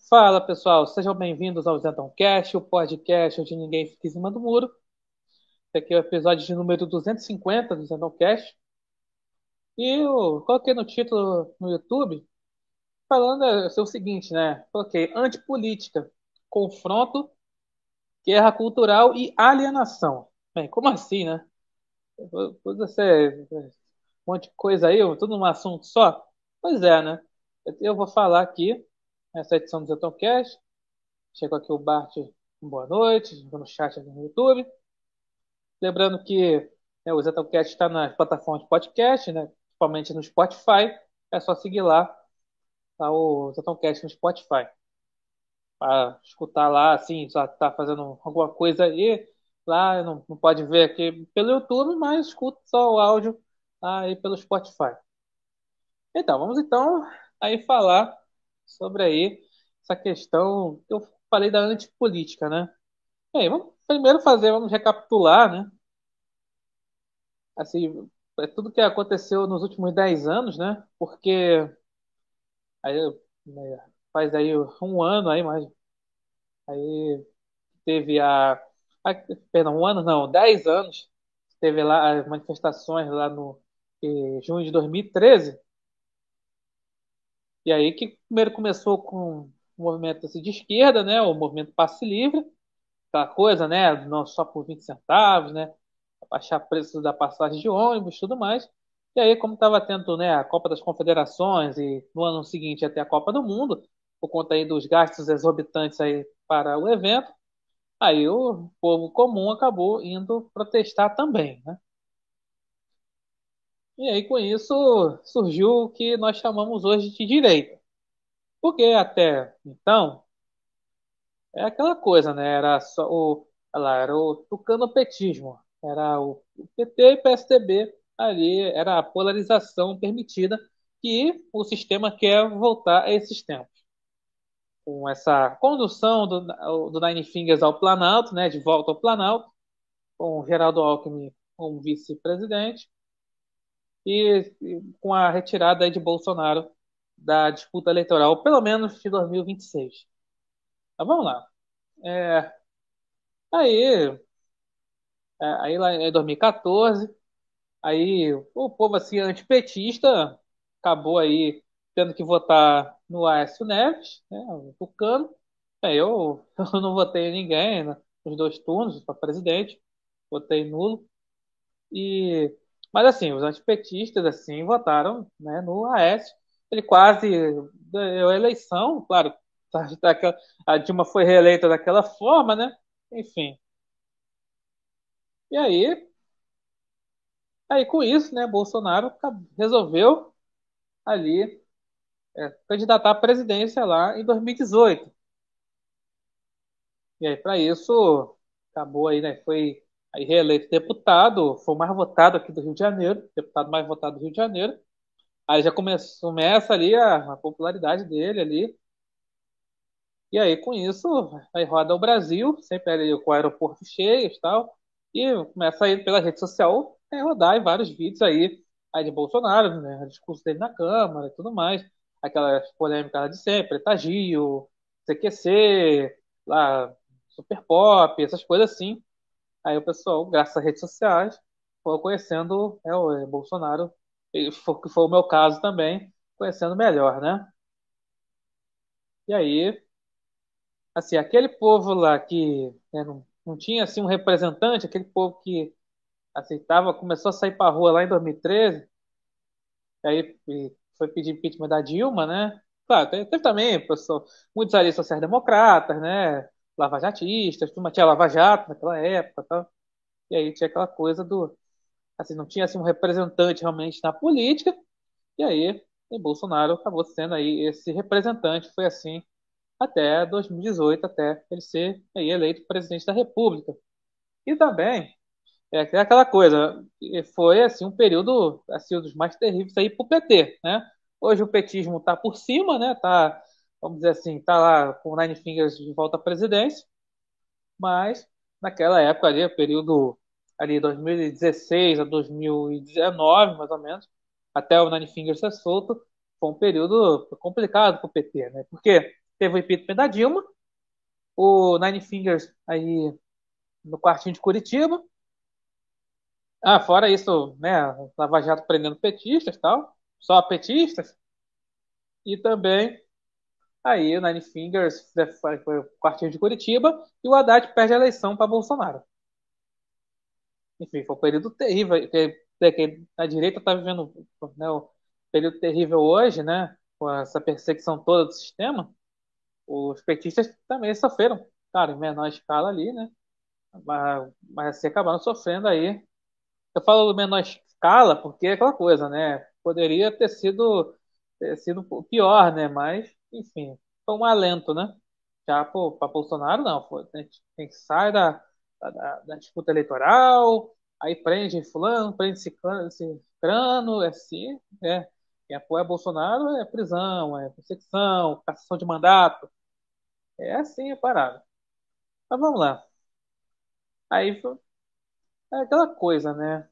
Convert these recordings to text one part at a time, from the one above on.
Fala pessoal, sejam bem-vindos ao ZentãoCast, o podcast onde ninguém fica em cima do muro. Esse aqui é o episódio de número 250 do ZentãoCast. E eu coloquei no título no YouTube falando o seguinte, né? Coloquei antipolítica, confronto, guerra cultural e alienação. Bem, como assim, né? Um monte de coisa aí, tudo num assunto só? Pois é, né? Eu vou falar aqui nessa edição do ZentãoCast. Chegou aqui o Bart, boa noite, chegou no chat aqui no YouTube. Lembrando que o Zetacast está nas plataformas de podcast, né? Principalmente no Spotify. É só seguir lá, tá o Zetacast no Spotify. Para escutar lá, assim, já tá fazendo alguma coisa aí. Lá não pode ver aqui pelo YouTube, mas escuta só o áudio aí pelo Spotify. Então, vamos então aí falar sobre aí essa questão que eu falei da antipolítica, né? Bem, vamos primeiro vamos recapitular, né? Assim, é tudo que aconteceu nos últimos 10 anos, né? Porque aí, faz aí um ano aí, mas aí teve perdão, um ano não, 10 anos, teve lá as manifestações lá no junho de 2013, e aí que primeiro começou com o movimento assim, de esquerda, né? O movimento Passe Livre, aquela coisa, né? Não só por 20 centavos, né? Baixar preço da passagem de ônibus e tudo mais. E aí, como estava tendo, né, a Copa das Confederações e no ano seguinte até a Copa do Mundo, por conta aí dos gastos exorbitantes aí para o evento, aí o povo comum acabou indo protestar também, né? E aí, com isso, surgiu o que nós chamamos hoje de direita. Porque até então, é aquela coisa, né? Era só lá, era o tucanopetismo. Era o PT e PSDB ali, era a polarização permitida que o sistema quer voltar a esses tempos. Com essa condução do Nine Fingers ao Planalto, né? De volta ao Planalto, com o Geraldo Alckmin como vice-presidente e com a retirada aí de Bolsonaro da disputa eleitoral, pelo menos de 2026. Mas vamos lá. É, aí aí lá em 2014, aí o povo assim antipetista acabou aí tendo que votar no Aécio Neves, né, o Tucano. Eu não votei em ninguém, né, nos dois turnos para presidente, votei nulo. E mas assim, os antipetistas assim votaram, né, no Aécio. Ele quase ganhou a eleição, claro. A Dilma foi reeleita daquela forma, né? Enfim. E aí, com isso, né, Bolsonaro resolveu ali candidatar à presidência lá em 2018. E aí, para isso, acabou aí, né, foi aí reeleito deputado, foi o mais votado aqui do Rio de Janeiro, deputado mais votado do Rio de Janeiro. Aí já começa ali a popularidade dele ali. E aí, com isso, aí roda o Brasil, sempre ali com o aeroporto cheio e tal. E começa a ir pela rede social, rodar aí vários vídeos aí de Bolsonaro, né? O discurso dele na Câmara e tudo mais. Aquelas polêmicas lá de sempre, Tagio, CQC, lá, Super Pop, essas coisas assim. Aí o pessoal, graças às redes sociais, foi conhecendo o Bolsonaro, que foi o meu caso também, conhecendo melhor, né? E aí, assim, aquele povo lá que né, não tinha assim um representante, aquele povo que aceitava, começou a sair para rua lá em 2013, e foi pedir impeachment da Dilma, né? Claro, teve também, pessoal, muitos ali sociais-democratas, né? Lavajatistas, turma tinha Lava Jato naquela época, tal. E aí tinha aquela coisa assim, não tinha assim um representante realmente na política, e aí e Bolsonaro acabou sendo aí esse representante, foi assim até 2018, até ele ser aí eleito presidente da República. E também é aquela coisa, foi assim um período assim um dos mais terríveis aí para o PT, né? Hoje o petismo está por cima, né? Tá, vamos dizer assim, tá lá com o Nine Fingers de volta à presidência, mas naquela época ali, o período ali 2016 a 2019, mais ou menos, até o Nine Fingers ser solto, foi um período complicado para o PT, né? Por quê? teve o impeachment da Dilma, o Nine Fingers aí no quartinho de Curitiba. Ah, fora isso, né, Lava Jato prendendo petistas e tal, só petistas, e também aí o Nine Fingers foi o quartinho de Curitiba e o Haddad perde a eleição para Bolsonaro. Enfim, foi um período terrível, que a direita está vivendo, né, um período terrível hoje, né, com essa perseguição toda do sistema. Os petistas também sofreram, claro, em menor escala ali, né, mas assim, acabaram sofrendo aí. Eu falo menor escala porque é aquela coisa, né? Poderia ter sido pior, né? Mas, enfim, foi um alento, né? Já para Bolsonaro, não. Foi, tem que sair da disputa eleitoral, aí prende fulano, prende esse crano, é assim, é. Quem apoia Bolsonaro é prisão, é perseguição, cassação de mandato. É assim a parada. Mas vamos lá. É aquela coisa, né?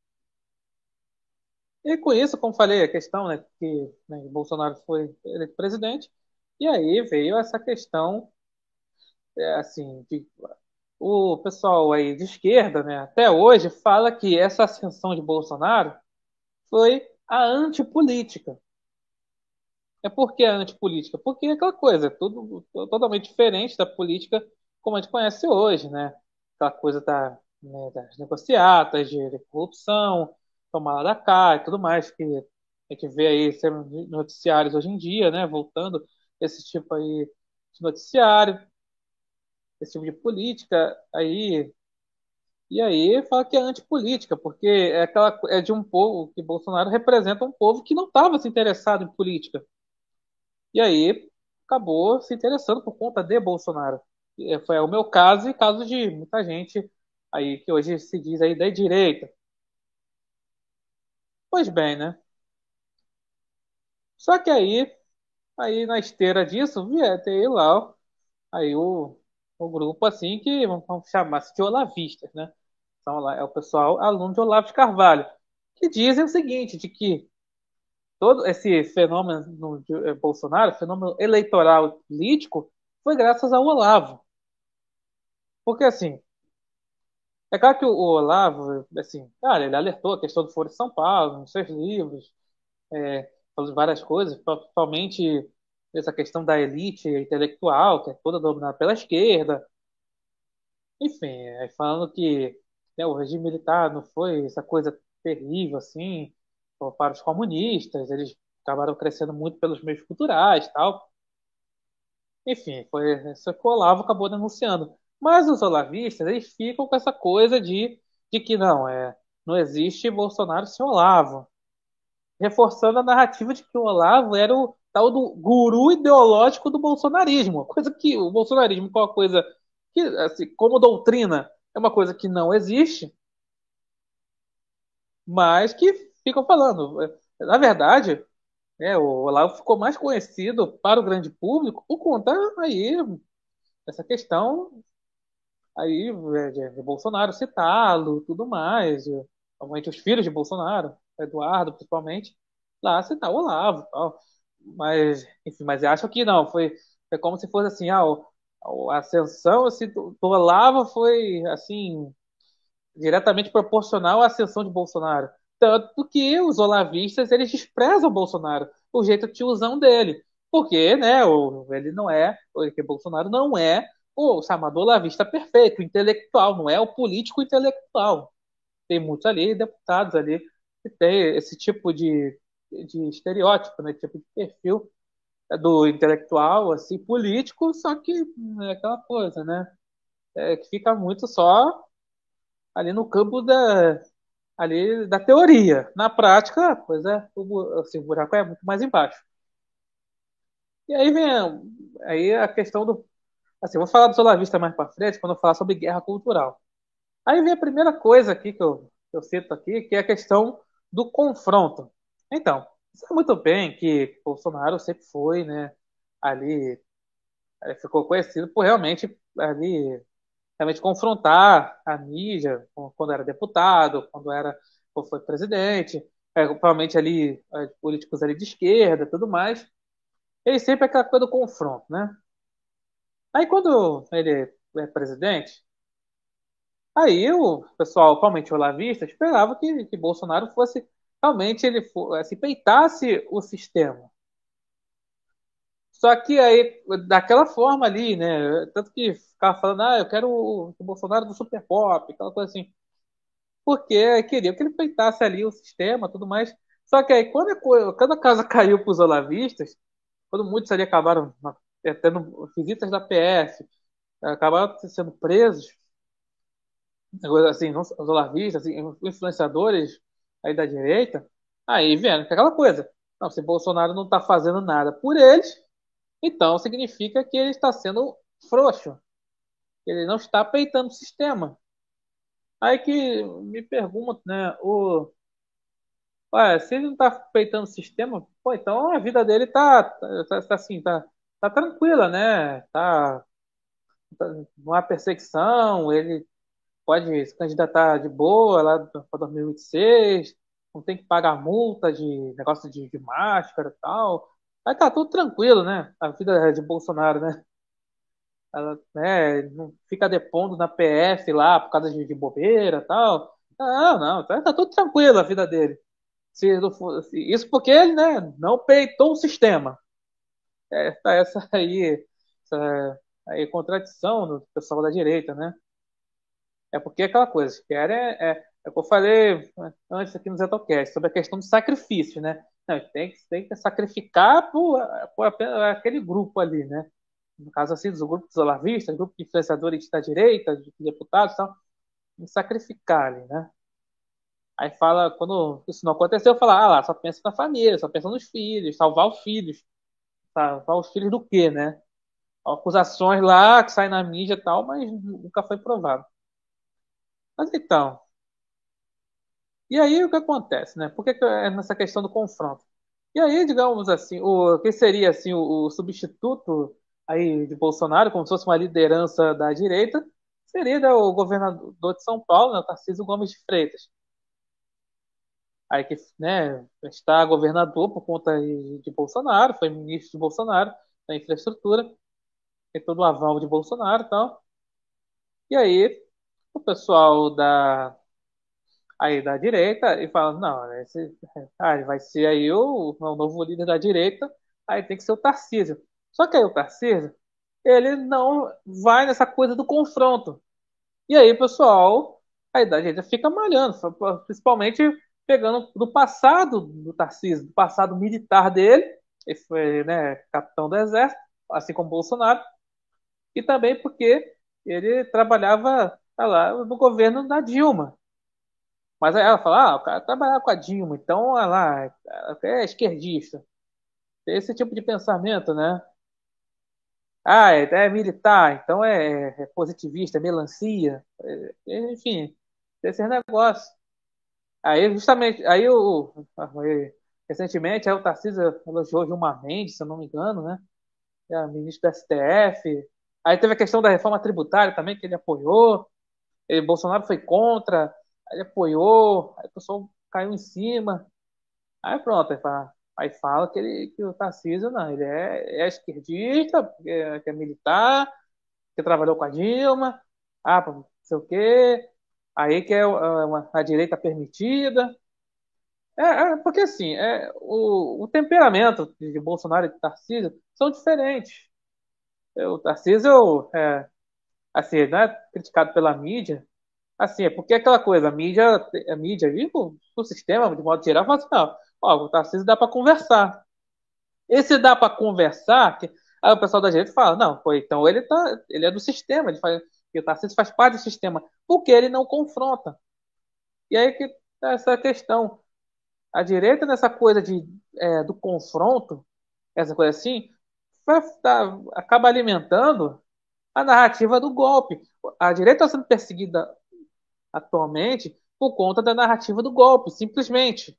E com isso, como falei, a questão, né, que né, Bolsonaro foi eleito presidente, e aí veio essa questão, assim, de, o pessoal aí de esquerda, né, até hoje fala que essa ascensão de Bolsonaro foi a antipolítica. É por que a antipolítica? Porque é aquela coisa, tudo totalmente diferente da política como a gente conhece hoje, né? Aquela coisa das negociatas, de corrupção, tomar lá da cá e tudo mais, que a gente vê aí sendo noticiários hoje em dia, né? Voltando esse tipo aí de noticiário, esse tipo de política aí. E aí fala que é antipolítica, porque é de um povo que Bolsonaro representa um povo que não estava se interessado em política. E aí acabou se interessando por conta de Bolsonaro. Foi o meu caso e caso de muita gente aí que hoje se diz aí da direita. Pois bem, né? Só que aí na esteira disso, tem lá aí o grupo assim que vamos chamar de olavistas, né? Então lá é o pessoal aluno de Olavo de Carvalho, que dizem o seguinte, de que todo esse fenômeno de Bolsonaro, fenômeno eleitoral e político, foi graças ao Olavo. Porque assim, é claro que o Olavo, assim, cara, ele alertou a questão do Foro de São Paulo, nos seus livros, falou várias coisas, principalmente essa questão da elite intelectual, que é toda dominada pela esquerda. Enfim, falando que né, o regime militar não foi essa coisa terrível, assim, para os comunistas, eles acabaram crescendo muito pelos meios culturais tal. Enfim, foi isso que o Olavo acabou denunciando. Mas os olavistas, eles ficam com essa coisa de que não, não existe Bolsonaro sem Olavo. Reforçando a narrativa de que o Olavo era o tal do guru ideológico do bolsonarismo. Coisa que o bolsonarismo, que é uma coisa que, assim, como doutrina, é uma coisa que não existe, mas que ficam falando. Na verdade, o Olavo ficou mais conhecido para o grande público por conta aí dessa questão aí de Bolsonaro citá-lo, tudo mais, principalmente os filhos de Bolsonaro, Eduardo principalmente, lá citar o Olavo, e tal. Mas, enfim, mas eu acho que não, foi como se fosse assim, a ascensão assim, do Olavo foi assim diretamente proporcional à ascensão de Bolsonaro. Tanto que os olavistas, eles desprezam o Bolsonaro, o jeito tiozão dele. Porque, né, ele não é, porque Bolsonaro não é o chamado olavista perfeito, o intelectual, não é o político intelectual. Tem muitos ali, deputados ali, que tem esse tipo de estereótipo, né, tipo de perfil do intelectual, assim, político, só que é aquela coisa, né, que fica muito só ali no campo ali da teoria. Na prática, a coisa, assim, o buraco é muito mais embaixo. E aí vem aí a questão do. Assim, vou falar do Solavista mais para frente, quando eu falar sobre guerra cultural. Aí vem a primeira coisa aqui que eu cito aqui, que é a questão do confronto. Então, sabe muito bem que Bolsonaro sempre foi, né, ali, ficou conhecido por realmente ali realmente confrontar a mídia quando era deputado, quando foi presidente, provavelmente ali políticos ali de esquerda, tudo mais. ele sempre é aquela coisa do confronto, né? Aí quando ele é presidente, aí o pessoal, principalmente o olavista, esperava que Bolsonaro fosse realmente ele se peitasse o sistema. Só que aí, daquela forma ali, né? Tanto que ficava falando, eu quero o Bolsonaro do Super Pop, aquela coisa assim. Porque queria que ele peitasse ali o sistema tudo mais. Só que aí, quando a casa caiu para os olavistas, quando muitos ali acabaram tendo visitas da PF, acabaram sendo presos, assim, não, os olavistas, assim, influenciadores aí da direita, aí vendo que é aquela coisa. Não, se Bolsonaro não está fazendo nada por eles, então significa que ele está sendo frouxo, que ele não está peitando o sistema. Aí que me pergunto, né, se ele não está peitando o sistema, pô, então a vida dele tá assim, tá tranquila, né? Não há perseguição, ele pode se candidatar de boa lá para 2026, não tem que pagar multa de negócio de máscara e tal. Aí tá tudo tranquilo, né? A vida de Bolsonaro, né? Ela, né, não fica depondo na PF lá por causa de bobeira e tal. Não, não, tá tudo tranquilo a vida dele. Se não isso porque ele, né, não peitou o sistema. Essa aí contradição do pessoal da direita, né? É porque é aquela coisa, que é o que eu falei antes aqui no Zetocast, sobre a questão do sacrifício, né? Não, tem que sacrificar por aquele grupo ali, né? No caso assim, dos grupos olavistas, grupo de influenciadores da direita, de deputados e tal, tem que sacrificar ali, né? Aí fala, quando isso não aconteceu, fala, lá, só pensa na família, só pensa nos filhos, salvar os filhos. Salvar os filhos do quê, né? Acusações lá que saem na mídia e tal, mas nunca foi provado. Mas então, e aí o que acontece, né? Por que é nessa questão do confronto? E aí, digamos assim, o que seria assim o substituto aí de Bolsonaro, como se fosse uma liderança da direita, seria, né, o governador de São Paulo, né, o Tarcísio Gomes de Freitas. Aí que, né, está governador por conta de Bolsonaro, foi ministro de Bolsonaro da infraestrutura, tem todo o aval de Bolsonaro e tal. E aí o pessoal da direita e fala, não, ele vai ser aí o novo líder da direita, aí tem que ser o Tarcísio. Só que aí o Tarcísio, ele não vai nessa coisa do confronto. E aí o pessoal aí da direita fica malhando, principalmente pegando do passado do Tarcísio, do passado militar dele, ele foi, né, capitão do exército, assim como Bolsonaro, e também porque ele trabalhava lá no governo da Dilma. Mas aí ela fala, o cara trabalhava com a Dilma, então, olha lá, é esquerdista. Tem esse tipo de pensamento, né? É militar, então é positivista, é melancia, enfim, esse negócio. Aí, justamente, recentemente, aí o Tarcísio elogiou Gilmar Mendes, se eu não me engano, né? É a ministra do STF. Aí teve a questão da reforma tributária também, que ele apoiou. Bolsonaro foi contra, aí ele apoiou, aí o pessoal caiu em cima. Aí pronto, aí fala que o Tarcísio não, ele é esquerdista, que é militar, que trabalhou com a Dilma, não sei o quê, aí que é a direita permitida. Porque assim, o temperamento de Bolsonaro e de Tarcísio são diferentes. O Tarcísio, assim, não é criticado pela mídia, assim, é porque aquela coisa, a mídia ali, o sistema, de modo geral, fala assim, não, o Tarcísio dá para conversar. Esse dá para conversar, aí o pessoal da direita fala, não, pô, então ele é do sistema, e o Tarcísio faz parte do sistema, porque ele não confronta. E aí que tá essa questão. A direita nessa coisa do confronto, essa coisa assim, acaba alimentando a narrativa do golpe. A direita está sendo perseguida atualmente por conta da narrativa do golpe, simplesmente.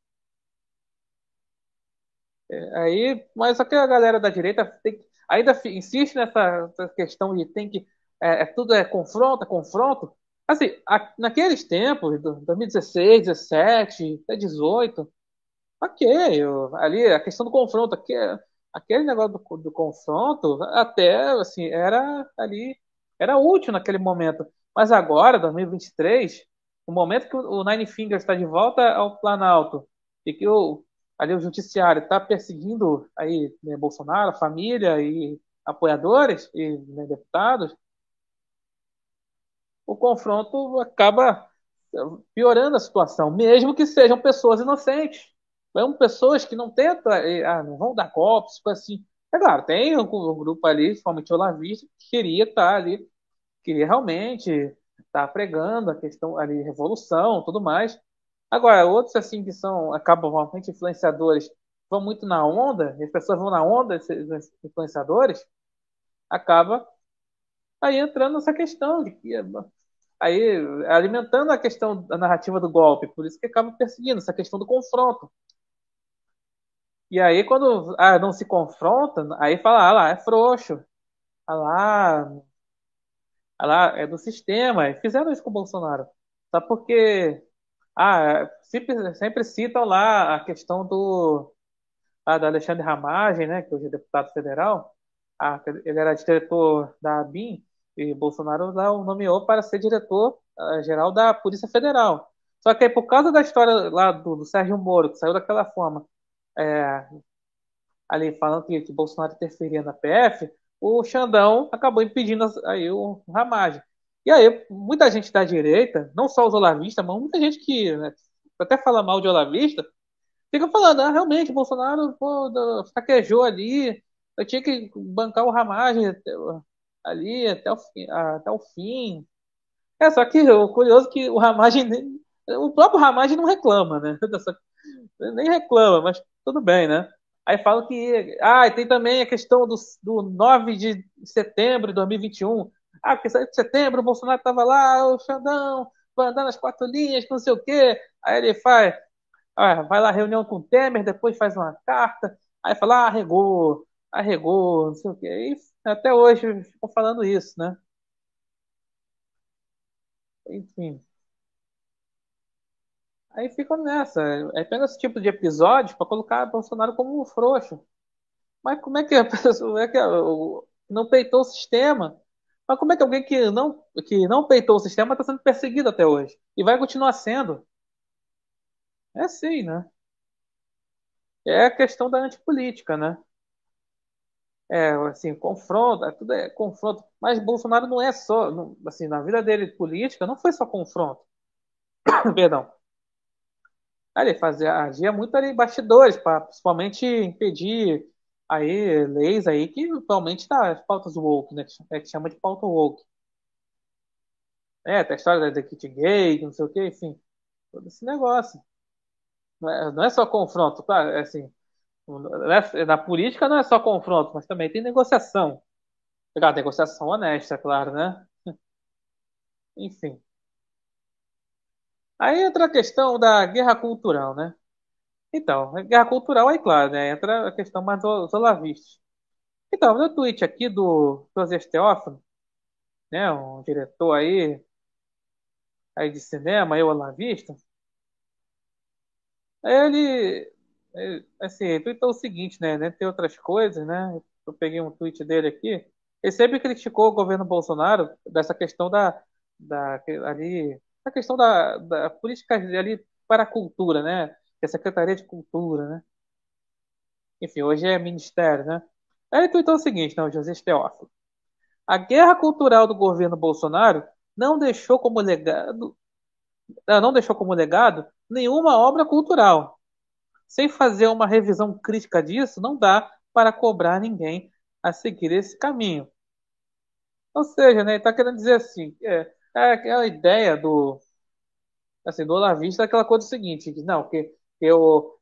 Aí, mas só que a galera da direita ainda insiste nessa questão de tem que tudo é confronto, é confronto. Assim, naqueles tempos, 2016, 17, até 18, ok, ali a questão do confronto aqui, aquele negócio do confronto até assim era ali era útil naquele momento. Mas agora, 2023, o momento que o Nine Fingers está de volta ao Planalto e que ali o judiciário está perseguindo aí, né, Bolsonaro, família e apoiadores e, né, deputados, o confronto acaba piorando a situação, mesmo que sejam pessoas inocentes. São pessoas que não tentam, não vão dar golpes, coisa assim. É claro, tem um grupo ali, principalmente o Olavista, que queria estar ali, queria realmente estar pregando a questão ali, revolução, tudo mais. Agora, outros assim que são, acabam realmente influenciadores, vão muito na onda, e as pessoas vão na onda desses influenciadores, acaba aí entrando nessa questão de que aí alimentando a questão da narrativa do golpe, por isso que acaba perseguindo essa questão do confronto. E aí quando não se confronta, aí fala, ah lá, é frouxo, ah lá, é do sistema. E fizeram isso com o Bolsonaro. Só porque sempre citam lá a questão do Alexandre Ramagem, né, que hoje é deputado federal. Ele era diretor da ABIN e Bolsonaro lá o nomeou para ser diretor geral da Polícia Federal. Só que aí, por causa da história lá do Sérgio Moro, que saiu daquela forma, é, ali falando que Bolsonaro interferia na PF, o Xandão acabou impedindo aí o Ramagem. E aí, muita gente da direita, não só os olavistas, mas muita gente que, né, até fala mal de olavista, fica falando, realmente, o Bolsonaro pô, fraquejou ali, eu tinha que bancar o Ramagem ali até o fim. Só que o curioso é que o Ramagem, o próprio Ramagem não reclama, né? Nem reclama, mas tudo bem, né? Aí fala que. Ah, e tem também a questão do 9 de setembro de 2021. Ah, porque 7 de setembro o Bolsonaro estava lá, o Xandão, vai andar nas quatro linhas, não sei o quê. Aí ele faz, vai lá, reunião com o Temer, depois faz uma carta, aí fala, arregou, não sei o quê. E até hoje ficam falando isso, né? Enfim. Aí ficam nessa. Aí pega esse tipo de episódio para colocar Bolsonaro como um frouxo. Mas como é que a pessoa não peitou o sistema? Mas como é que alguém que não peitou o sistema está sendo perseguido até hoje? E vai continuar sendo? É assim, né? É a questão da antipolítica, né? É, assim, confronto, tudo é confronto. Mas Bolsonaro não é só, assim, na vida dele política, não foi só confronto. Perdão. Ele agia muito ali em bastidores, para principalmente impedir aí leis aí que principalmente tá as pautas woke, né? Que chama de pauta woke. Tem a história da kit gay, não sei o quê, enfim, todo esse negócio. Não é só confronto, claro, assim, na política não é só confronto, mas também tem negociação. Claro, negociação honesta, claro, né? Enfim. Aí entra a questão da guerra cultural, né? Então, a guerra cultural aí, claro, né? Entra a questão mais dos olavistas. Então, no tweet aqui do José Teófilo, né? Um diretor aí de cinema, aí olavista, assim, tweetou o seguinte, né? Tem outras coisas, né? Eu peguei um tweet dele aqui. Ele sempre criticou o governo Bolsonaro dessa questão da, ali, da questão da política ali para a cultura, né? Que é a Secretaria de Cultura, né? Enfim, hoje é ministério, né? Aí ele tweetou o seguinte, não, José Teófilo. A guerra cultural do governo Bolsonaro não deixou como legado, não deixou como legado nenhuma obra cultural. Sem fazer uma revisão crítica disso, não dá para cobrar ninguém a seguir esse caminho. Ou seja, né, ele está querendo dizer assim, é aquela ideia assim, do olavista, é aquela coisa do seguinte, que, não, que, o,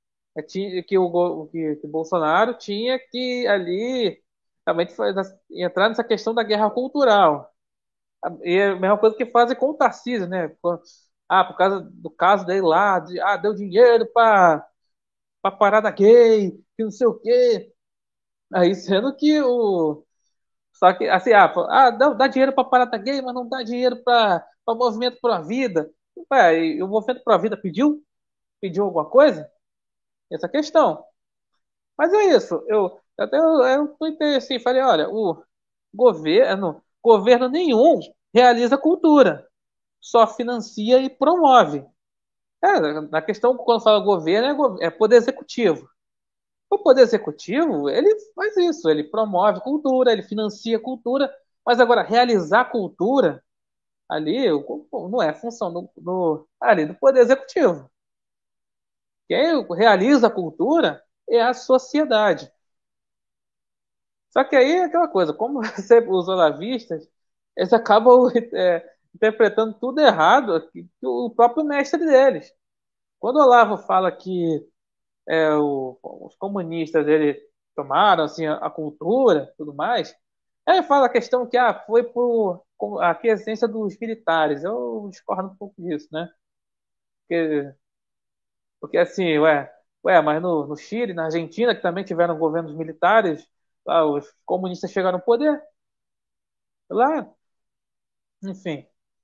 que o Bolsonaro tinha que ali realmente entrar nessa questão da guerra cultural. E é a mesma coisa que fazem com o Tarcísio, né? Por causa do caso dele lá, deu dinheiro para parada gay, que não sei o quê. Aí sendo que o. Só que, assim, dá dinheiro para parada gay, mas não dá dinheiro para o movimento Pro Vida. Ué, e o movimento Pro Vida pediu? Pediu alguma coisa? Essa é a questão. Mas é isso. Eu tuitei assim, falei, olha, o governo nenhum realiza cultura, só financia e promove. Na questão, quando fala governo, é poder executivo. O poder executivo, ele faz isso, ele promove cultura, ele financia cultura, mas agora realizar cultura ali não é função ali do poder executivo. Quem realiza a cultura é a sociedade. Só que aí é aquela coisa, como você, os olavistas, eles acabam interpretando tudo errado, que o próprio mestre deles. Quando o Olavo fala que os comunistas eles tomaram assim, a cultura tudo mais, aí fala a questão que foi por a aquiescência dos militares. Eu discordo um pouco disso, né? Porque, porque assim, mas no Chile, na Argentina, que também tiveram governos militares, lá, os comunistas chegaram ao poder. Lá, enfim.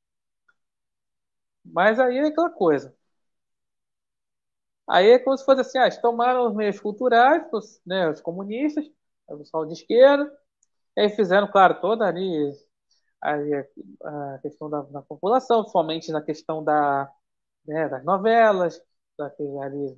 Mas aí é aquela coisa. Aí é como se fosse assim, eles tomaram os meios culturais, né, os comunistas, o pessoal de esquerda, e aí fizeram, claro, toda ali a questão da população, principalmente na questão das novelas, ali,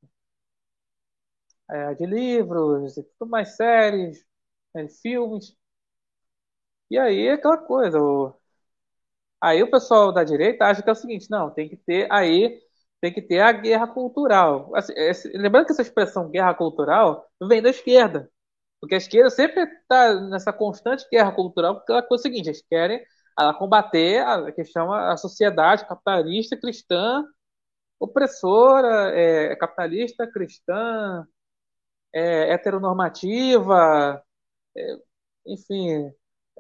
de livros, e tudo mais séries, filmes. E aí é aquela coisa. Aí o pessoal da direita acha que é o seguinte, não, tem que ter a guerra cultural. Assim, lembrando que essa expressão guerra cultural vem da esquerda, porque a esquerda sempre está nessa constante guerra cultural, porque ela é o seguinte, eles querem combater a questão, a sociedade capitalista, cristã, opressora, capitalista, cristã, heteronormativa, enfim,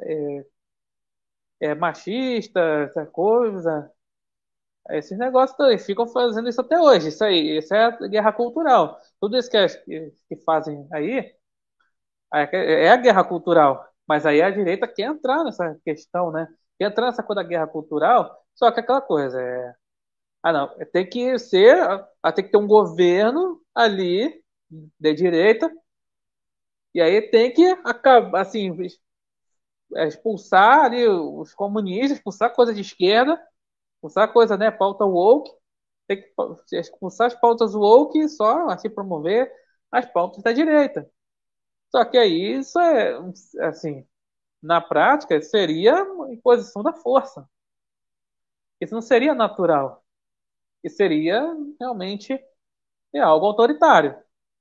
machista, essa coisa. Esses negócios eles ficam fazendo isso até hoje. Isso aí, isso é a guerra cultural. Tudo isso que fazem aí é a guerra cultural. Mas aí a direita quer entrar nessa questão, né? Quer entrar nessa coisa da guerra cultural, só que aquela coisa não, tem que ser, tem que ter um governo ali de direita, e aí tem que acabar, assim, expulsar ali os comunistas, expulsar coisa de esquerda, expulsar coisa, né, pauta woke, tem que expulsar as pautas woke e só assim promover as pautas da direita. Só que aí isso assim, na prática seria uma imposição da força. Isso não seria natural. Isso seria realmente algo autoritário.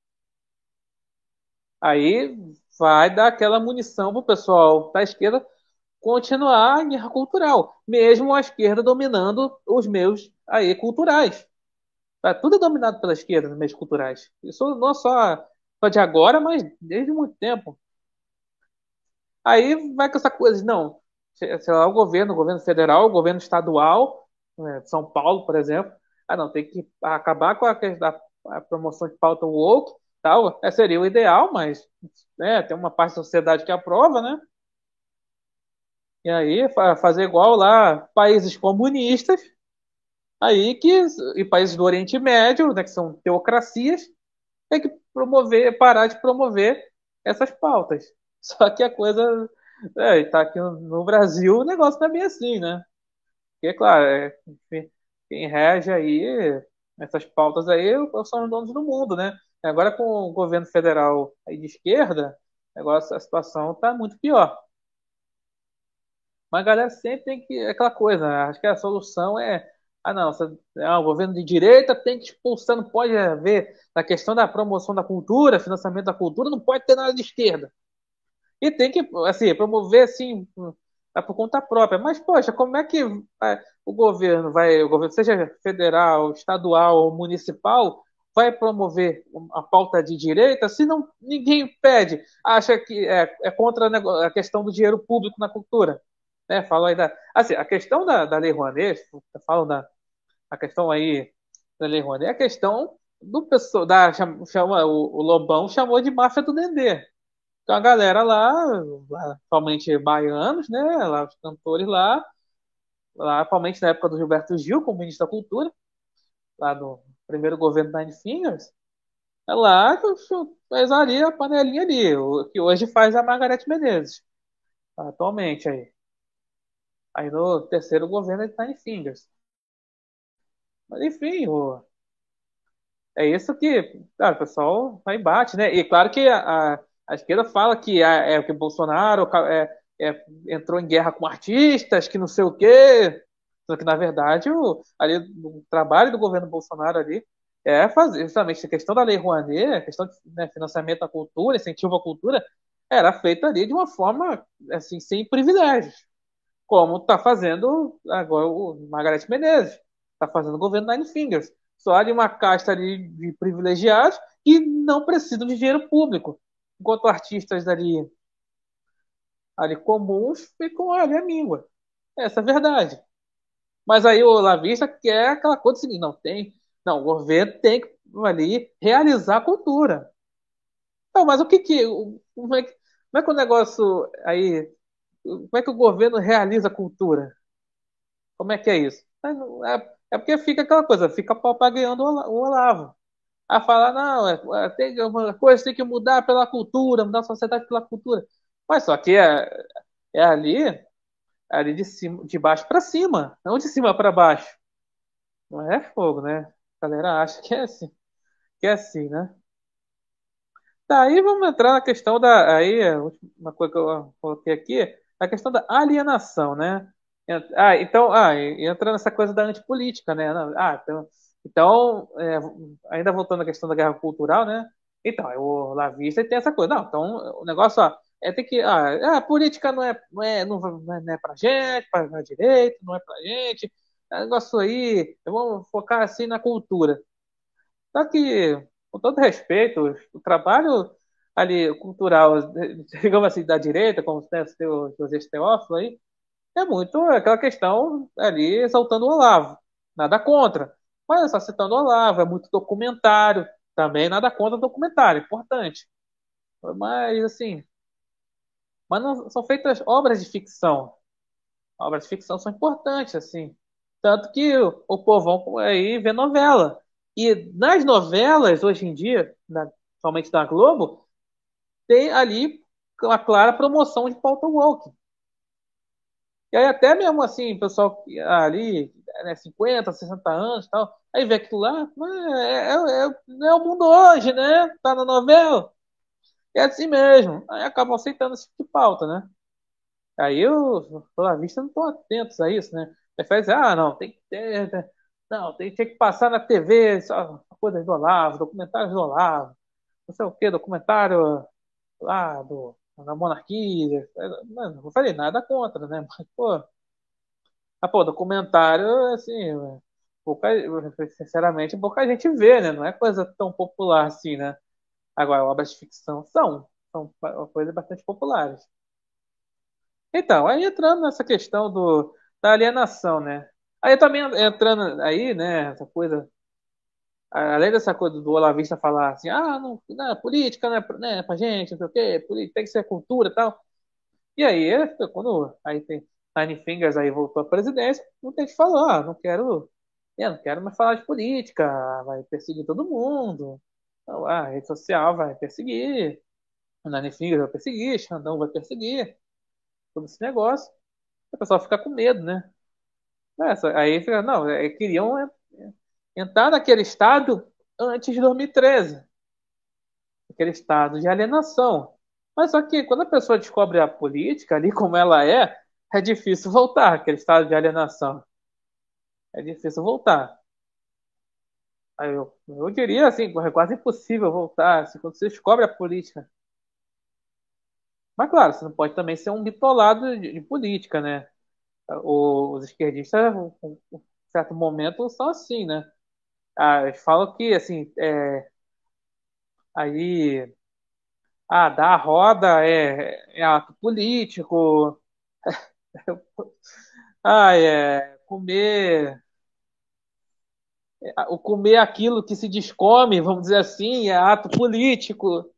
Aí vai dar aquela munição pro pessoal da esquerda continuar a guerra cultural, mesmo a esquerda dominando os meios aí culturais. Tá, tudo é dominado pela esquerda nos meios culturais. Isso não só de agora, mas desde muito tempo. Aí vai com essa coisa, não, sei lá, o governo federal, o governo estadual, né, de São Paulo, por exemplo, não, tem que acabar com a promoção de pauta woke, tal, seria o ideal, mas tem uma parte da sociedade que aprova, né? E aí fazer igual lá países comunistas, aí e países do Oriente Médio, né, que são teocracias, tem que parar de promover essas pautas. Só que a coisa está aqui no Brasil, o negócio não é bem assim, né? Porque, claro, enfim, quem rege aí essas pautas aí são os donos do mundo, né? Agora com o governo federal aí de esquerda, agora a situação está muito pior. Mas a galera sempre tem que. É aquela coisa, né? Acho que a solução não, o governo de direita tem que expulsar, não pode haver. Na questão da promoção da cultura, financiamento da cultura, não pode ter nada de esquerda. E tem que, assim, promover, assim, por conta própria. Mas, poxa, como é que o governo, seja federal, estadual ou municipal, vai promover a pauta de direita se não, ninguém pede, acha que é contra a questão do dinheiro público na cultura? Né? Fala aí assim, a questão da Lei Rouanet, falam a questão aí da Lei Rouanet, é a questão do pessoal, o Lobão chamou de máfia do Dendê. Então a galera lá, principalmente baianos, né? Lá, os cantores lá, principalmente na época do Gilberto Gil, como ministro da Cultura, lá no primeiro governo da Nine Fingers, É lá que fez ali a panelinha ali, o que hoje faz a Margareth Menezes, atualmente aí. Aí no terceiro governo ele tá em Fingers. Mas enfim, é isso que, cara, o pessoal vai e bate, né? E claro que a esquerda fala que é o que Bolsonaro entrou em guerra com artistas, que não sei o quê. Só que, na verdade, ali, o trabalho do governo Bolsonaro ali é fazer justamente a questão da Lei Rouanet, a questão de, né, financiamento à cultura, incentivo à cultura, era feita ali de uma forma assim, sem privilégios, como está fazendo agora o Margareth Menezes, está fazendo o governo Nine Fingers. Só de uma casta ali de privilegiados que não precisam de dinheiro público, enquanto artistas ali comuns ficam ali à míngua. Essa é a verdade. Mas aí o Lavista quer aquela coisa do seguinte, não, o governo tem que ali realizar a cultura. Não, mas como é que o negócio aí, como é que o governo realiza a cultura? Como é que é isso? É porque fica aquela coisa, fica papagaiando o Olavo. A falar, não, uma coisa tem que mudar pela cultura, mudar a sociedade pela cultura. Mas só que é ali de cima, de baixo para cima, não de cima para baixo. Não é fogo, né? A galera acha que é assim, né? Daí vamos entrar na questão da. Aí, a última coisa que eu coloquei aqui, a questão da alienação, né? Entra nessa coisa da antipolítica, né? Ainda voltando à questão da guerra cultural, né? Então, o Lavista tem essa coisa. Não, então, o negócio, tem que. A política não é pra gente, pra direita, não é pra gente. É um negócio aí, vamos focar assim na cultura. Só que, com todo respeito, o trabalho ali cultural, digamos assim, da direita, como né, o José Teófilo aí, é muito aquela questão ali exaltando o Olavo. Nada contra. Mas é só citando o Olavo, é muito documentário. Também nada contra documentário, importante. Mas, assim, mas não são feitas obras de ficção. Obras de ficção são importantes, assim. Tanto que o povão aí vê novela. E nas novelas, hoje em dia, somente da Globo, tem ali uma clara promoção de pauta woke. E aí até mesmo assim, o pessoal ali, né, 50, 60 anos e tal, aí vê aquilo lá, não é o mundo hoje, né? Tá na novela. É assim mesmo. Aí acabam aceitando esse tipo de pauta, né? Aí os olavistas não estão atentos a isso, né? Prefere dizer, não, tem que ter, né? Não, tinha que passar na TV, só coisas do Olavo, documentários do Olavo, não sei o quê, documentário lá da monarquia. Mano, não falei nada contra, né? Mas, pô, documentário, assim, pouca, sinceramente, pouca gente vê, né? Não é coisa tão popular assim, né? Agora, obras de ficção são coisas bastante populares. Então, aí entrando nessa questão da alienação, né? Aí também entrando aí, né, essa coisa, além dessa coisa do Olavista falar assim, não, política não é pra gente, não sei o quê, política tem que ser cultura e tal. E aí, quando aí tem Nine Fingers aí voltou à presidência, muita gente falou, não quero mais falar de política, vai perseguir todo mundo, então, a rede social vai perseguir, o Nine Fingers vai perseguir, Xandão vai perseguir, todo esse negócio. O pessoal fica com medo, né? Aí fica, não, queriam entrar naquele estado antes de 2013, aquele estado de alienação. Mas só que quando a pessoa descobre a política ali como ela é difícil voltar aquele estado de alienação. É difícil voltar. Aí eu diria assim, é quase impossível voltar assim, quando você descobre a política. Mas claro, você não pode também ser um bitolado de política, né? Os esquerdistas, em certo momento, são assim, né? Eles falam que, assim, aí, dar a roda é ato político, comer aquilo que se descome, vamos dizer assim, é ato político.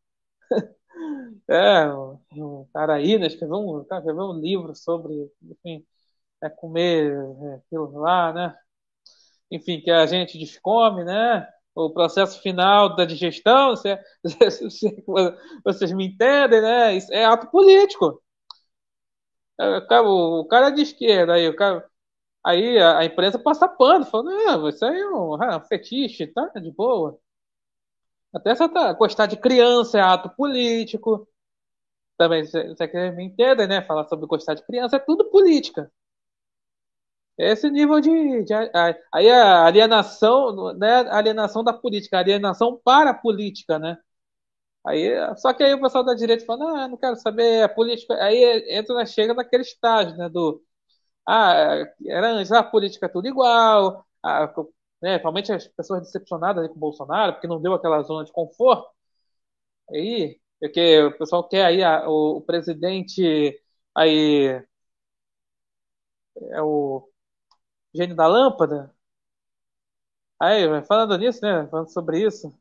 O cara aí, né, escreveu um livro sobre, enfim, comer aquilo lá, né? Enfim, que a gente descome, né? o processo final da digestão, vocês me entendem, né? Isso é ato político. O cara é de esquerda, aí a imprensa passa pano, falando, não, isso aí é um fetiche, tá? De boa. Até gostar de criança é ato político. Também, você que me entende, né? Falar sobre gostar de criança é tudo política. É esse nível aí a alienação, né? A alienação da política, a alienação para a política, né? Aí, só que aí o pessoal da direita fala, não quero saber, a política. Aí entra, chega naquele estágio, né? Era antes, a política é tudo igual, né, principalmente as pessoas decepcionadas aí com o Bolsonaro, porque não deu aquela zona de conforto. Aí, porque o pessoal quer aí o presidente aí é o gênio da lâmpada. Aí, falando nisso, né? Falando sobre isso,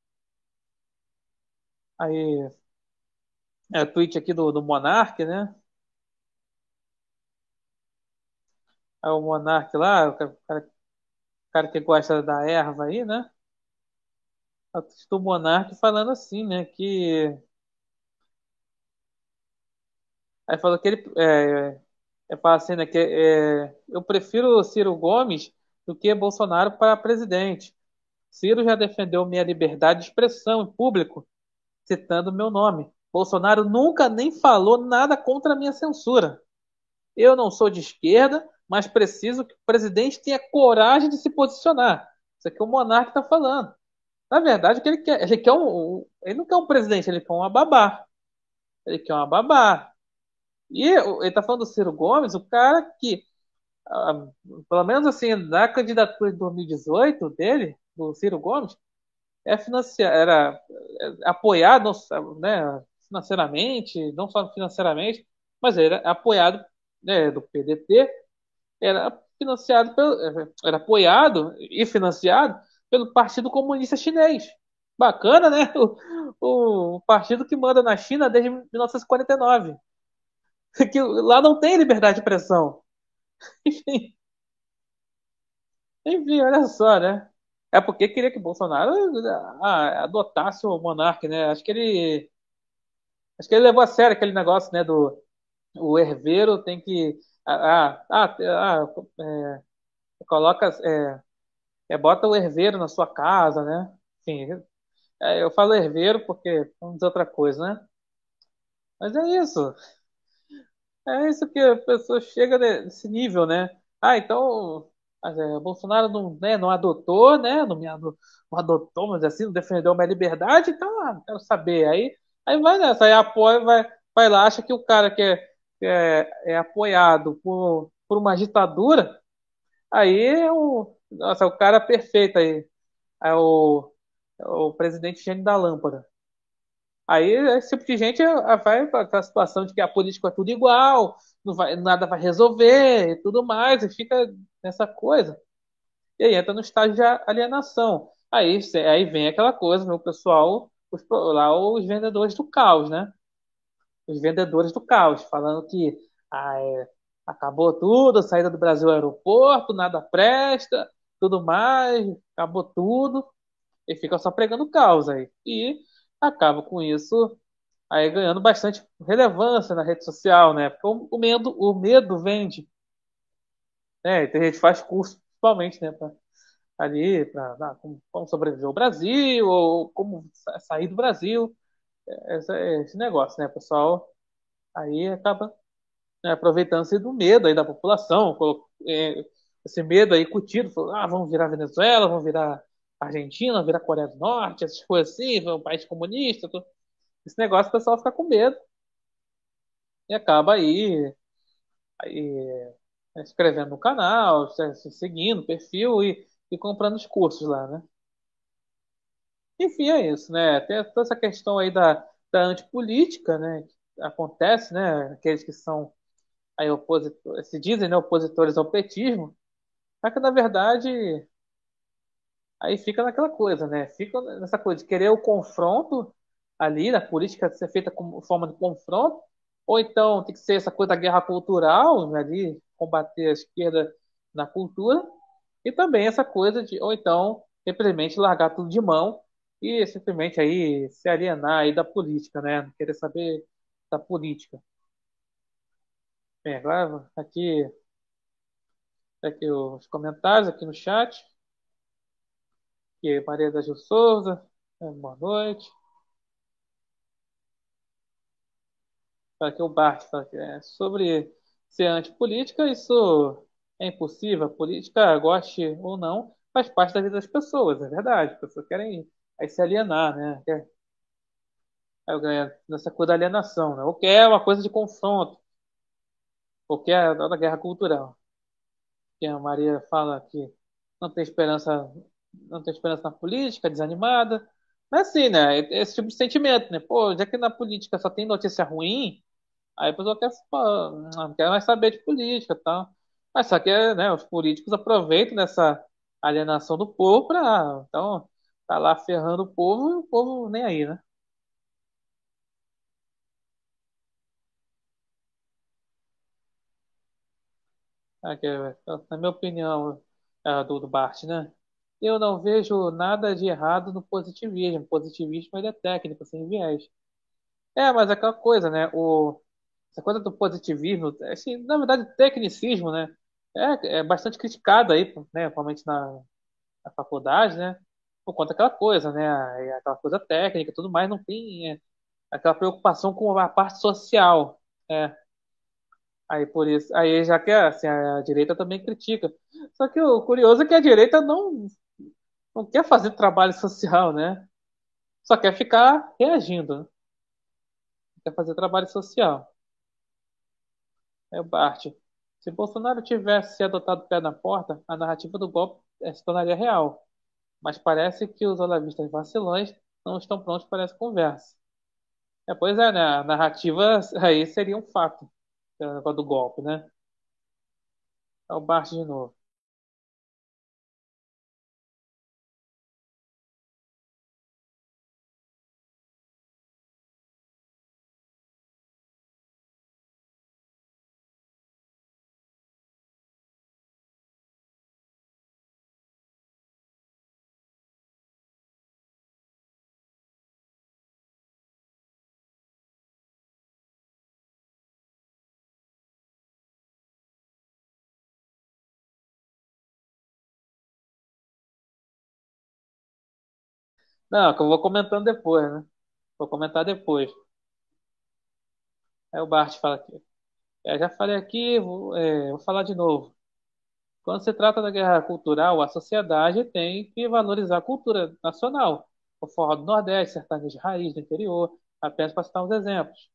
aí é o tweet aqui do Monark, né? Aí o Monark lá, o cara que gosta da erva aí, né? O tweet do Monark falando assim, né? Aí falou que fala assim, né? Eu prefiro o Ciro Gomes do que Bolsonaro para presidente. Ciro já defendeu minha liberdade de expressão em público, citando meu nome. Bolsonaro nunca nem falou nada contra a minha censura. Eu não sou de esquerda, mas preciso que o presidente tenha coragem de se posicionar. Isso aqui é o Monarca está falando. Na verdade, o que ele quer ele não quer um presidente, ele quer uma babá. Ele quer uma babá. E ele está falando do Ciro Gomes, o cara que, ah, pelo menos assim, na candidatura de 2018 dele, do Ciro Gomes, era apoiado, né, financeiramente, não só financeiramente, mas era apoiado, né, do PDT, era apoiado e financiado pelo Partido Comunista Chinês. Bacana, né? O partido que manda na China desde 1949. Que lá não tem liberdade de expressão. Enfim, enfim, olha só, né? É porque queria que Bolsonaro adotasse o monarca, né? Acho que ele levou a sério aquele negócio, né? Do o herveiro tem que coloca bota o herveiro na sua casa, né? Enfim, eu falo herveiro porque vamos dizer outra coisa, né? Mas é isso que a pessoa chega nesse nível, né? Então, Bolsonaro não, né, não adotou, né? Não adotou, mas assim, não defendeu minha liberdade, então, quero saber. Aí vai nessa, aí apoia, vai lá, acha que o cara que é apoiado por uma ditadura, aí nossa, o cara perfeito aí. É o presidente gênio da lâmpada. Aí esse tipo de gente vai para aquela situação de que a política é tudo igual, não vai, nada vai resolver e tudo mais, e fica nessa coisa. E aí entra no estágio de alienação. Aí vem aquela coisa, meu pessoal, lá os vendedores do caos, né? Os vendedores do caos, falando que acabou tudo, a saída do Brasil ao aeroporto, nada presta, tudo mais, acabou tudo, e fica só pregando caos aí. E acaba com isso aí ganhando bastante relevância na rede social, né? Porque o medo vende, né? E tem gente que faz curso, principalmente, né? Ali, para como sobreviver ao Brasil, ou como sair do Brasil, esse negócio, né? O pessoal aí acaba, né, aproveitando-se do medo aí da população, esse medo aí incutido, falou, vamos virar Venezuela, vamos virar Argentina, vamos virar Coreia do Norte, essas coisas assim, um país comunista, esse negócio o pessoal fica com medo e acaba aí escrevendo no canal, se seguindo o perfil e comprando os cursos lá, né? Enfim, é isso, né? Tem toda essa questão aí da antipolítica, né? Que acontece, né? Aqueles que são aí opositores, se dizem, né, opositores ao petismo, mas que na verdade aí fica naquela coisa, né? Fica nessa coisa de querer o confronto ali, na política ser feita como forma de confronto, ou então tem que ser essa coisa da guerra cultural, né, ali, combater a esquerda na cultura, e também essa coisa de, ou então, simplesmente largar tudo de mão e simplesmente aí se alienar aí da política, né? Não querer saber da política. Bem, agora aqui os comentários aqui no chat. Que Maria da Gil Souza, boa noite. Fala aqui o Bart, fala que, sobre ser antipolítica, isso é impossível. A política, goste ou não, faz parte da vida das pessoas, é verdade. As pessoas querem aí se alienar, né? Aí ganha nessa coisa da alienação, né? Ou quer uma coisa de confronto, ou quer a da guerra cultural. Que a Maria fala que não tem esperança, não tem esperança na política, desanimada. Mas assim, né? Esse tipo de sentimento, né? Pô, já que na política só tem notícia ruim, aí a pessoa quer, pô, não quer mais saber de política e tal. Mas só que, né, os políticos aproveitam dessa alienação do povo pra, então, tá lá ferrando o povo nem aí, né? Aqui, na minha opinião, do Bart, né? Eu não vejo nada de errado no positivismo. O positivismo ele é técnico, sem viés. Mas é aquela coisa, né? Essa coisa do positivismo, assim, na verdade, o tecnicismo, né? É bastante criticado aí, né? Principalmente na faculdade, né? Por conta daquela coisa, né? Aquela coisa técnica, e tudo mais, não tem aquela preocupação com a parte social. É, aí por isso, aí já que assim, a direita também critica. Só que o curioso é que a direita não quer fazer trabalho social, né? Só quer ficar reagindo, né? Não quer fazer trabalho social. É o Bart. Se Bolsonaro tivesse adotado o pé na porta, a narrativa do golpe se tornaria real. Mas parece que os olavistas vacilões não estão prontos para essa conversa. Pois é, né? A narrativa aí seria um fato, o negócio do golpe, né? É o Bart de novo. Não, que eu vou comentando depois, né? Vou comentar depois. Aí o Bart fala aqui. Já falei aqui, vou falar de novo. Quando se trata da guerra cultural, a sociedade tem que valorizar a cultura nacional. O forró do Nordeste, sertanejo de raiz do interior, apenas para citar uns exemplos.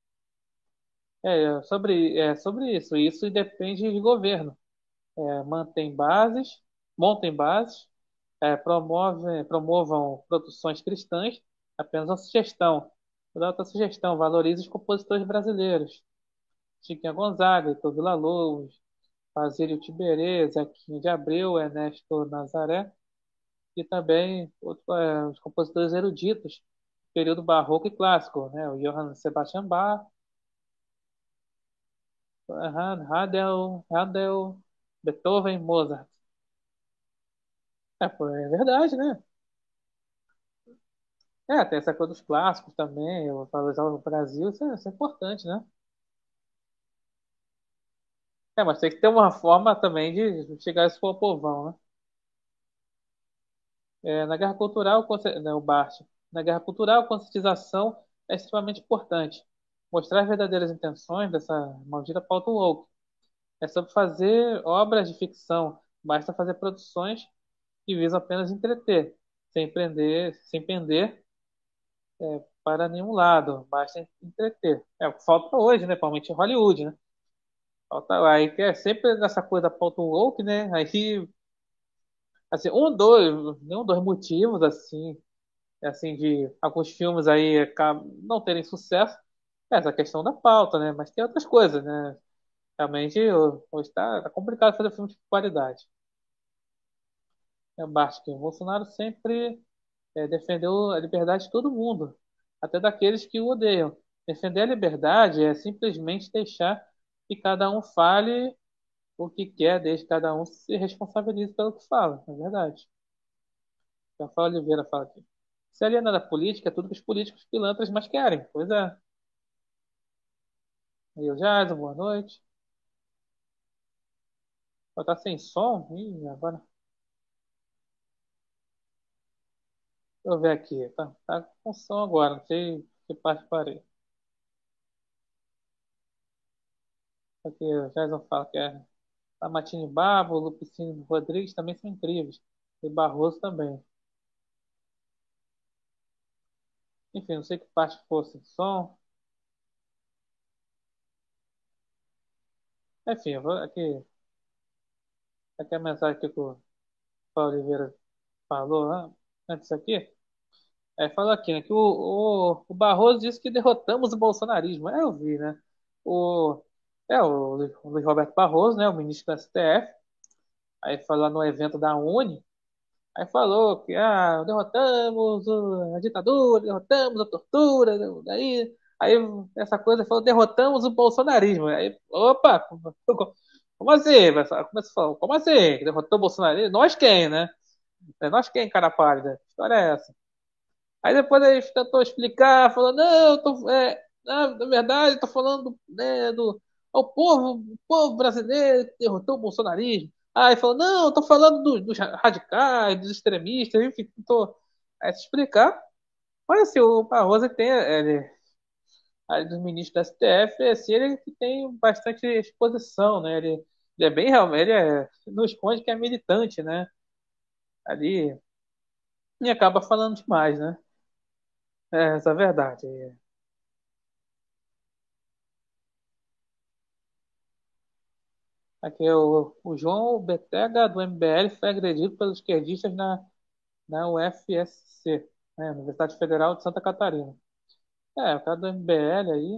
Sobre isso. Isso depende de governo. Mantém bases, montem bases, promovam produções cristãs, apenas uma sugestão. Vou dar outra sugestão, valorize os compositores brasileiros. Chiquinha Gonzaga, Heitor Villa-Lobos, Basílio Tiberê, Zequinha de Abreu, Ernesto Nazaré e também os compositores eruditos, período barroco e clássico, né? O Johann Sebastian Bach, Handel, Beethoven, Mozart. Pô, é verdade, né? Tem essa coisa dos clássicos também, valorizar o Brasil, isso é importante, né? Mas tem que ter uma forma também de chegar a esse povão, né? Na guerra cultural, né, o Bart, na guerra cultural, a conscientização é extremamente importante. Mostrar as verdadeiras intenções dessa maldita pauta woke. É sobre fazer obras de ficção, basta fazer produções que visam apenas entreter, sem pender para nenhum lado, basta entreter. É o que falta hoje, né? Principalmente em Hollywood, né? Falta, aí que é sempre nessa coisa da pauta woke, né? Aí, assim, dois motivos, assim, de alguns filmes aí não terem sucesso, é essa questão da pauta, né? Mas tem outras coisas, né? Realmente, hoje tá complicado fazer filme de qualidade. Basta que o Bolsonaro sempre defendeu a liberdade de todo mundo, até daqueles que o odeiam. Defender a liberdade é simplesmente deixar que cada um fale o que quer, desde que cada um se responsabilize pelo que fala, é verdade. Rafael Oliveira fala aqui. Se aliena da política, é tudo que os políticos pilantras mais querem. Pois é. Aí o Jason, boa noite. Ó, tá sem som? Ih, agora. Deixa eu ver aqui. Tá com som agora. Não sei que parte parei. Aqui o Jason fala que é. A Matine Babo, o Lupicínio Rodrigues também são incríveis. E Barroso também. Enfim, não sei que parte fosse som. Enfim, eu vou aqui a mensagem que o Paulo Oliveira falou antes aqui. É, falou aqui, né, que o Barroso disse que derrotamos o bolsonarismo. É, eu vi, né? O, o Luiz Roberto Barroso, né, o ministro do STF, aí falou no evento da Uni, aí falou que derrotamos a ditadura, derrotamos a tortura, daí, aí essa coisa falou, derrotamos o bolsonarismo. Aí, opa, como assim? Pessoal? Começou a falar, como assim? Derrotou o bolsonarismo? Nós quem, né? É nós quem, cara pálida? Que história é essa? Aí depois ele tentou explicar, falou, não, na verdade, estou falando né, ao o povo brasileiro que derrotou o bolsonarismo. Aí falou, não, estou falando dos radicais, dos extremistas, enfim, tentou se explicar. Mas assim, o Barroso tem, aí dos ministros da STF, assim, ele que tem bastante exposição, né? Ele é bem realmente, não esconde que é militante, né? Ali, e acaba falando demais, né? Essa é a verdade. Aqui é o João Betega, do MBL, foi agredido pelos esquerdistas na UFSC, né, Universidade Federal de Santa Catarina. O cara do MBL aí.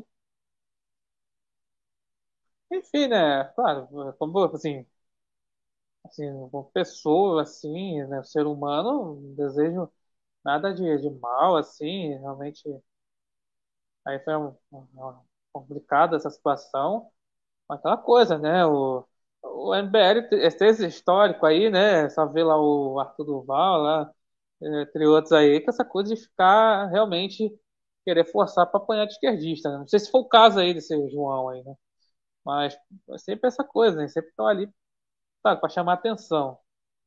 Enfim, né? Claro, como assim, uma pessoa, assim, né, um ser humano, não desejo nada de mal, assim, realmente. Aí foi complicada essa situação. Aquela coisa, né? O MBL tem esse histórico aí, né? Só vê lá o Arthur Duval, lá, entre outros aí, com essa coisa de ficar realmente querer forçar para apanhar de esquerdista, né? Não sei se foi o caso aí desse João aí, né? Mas é sempre essa coisa, né? Sempre estão ali, sabe, para chamar atenção.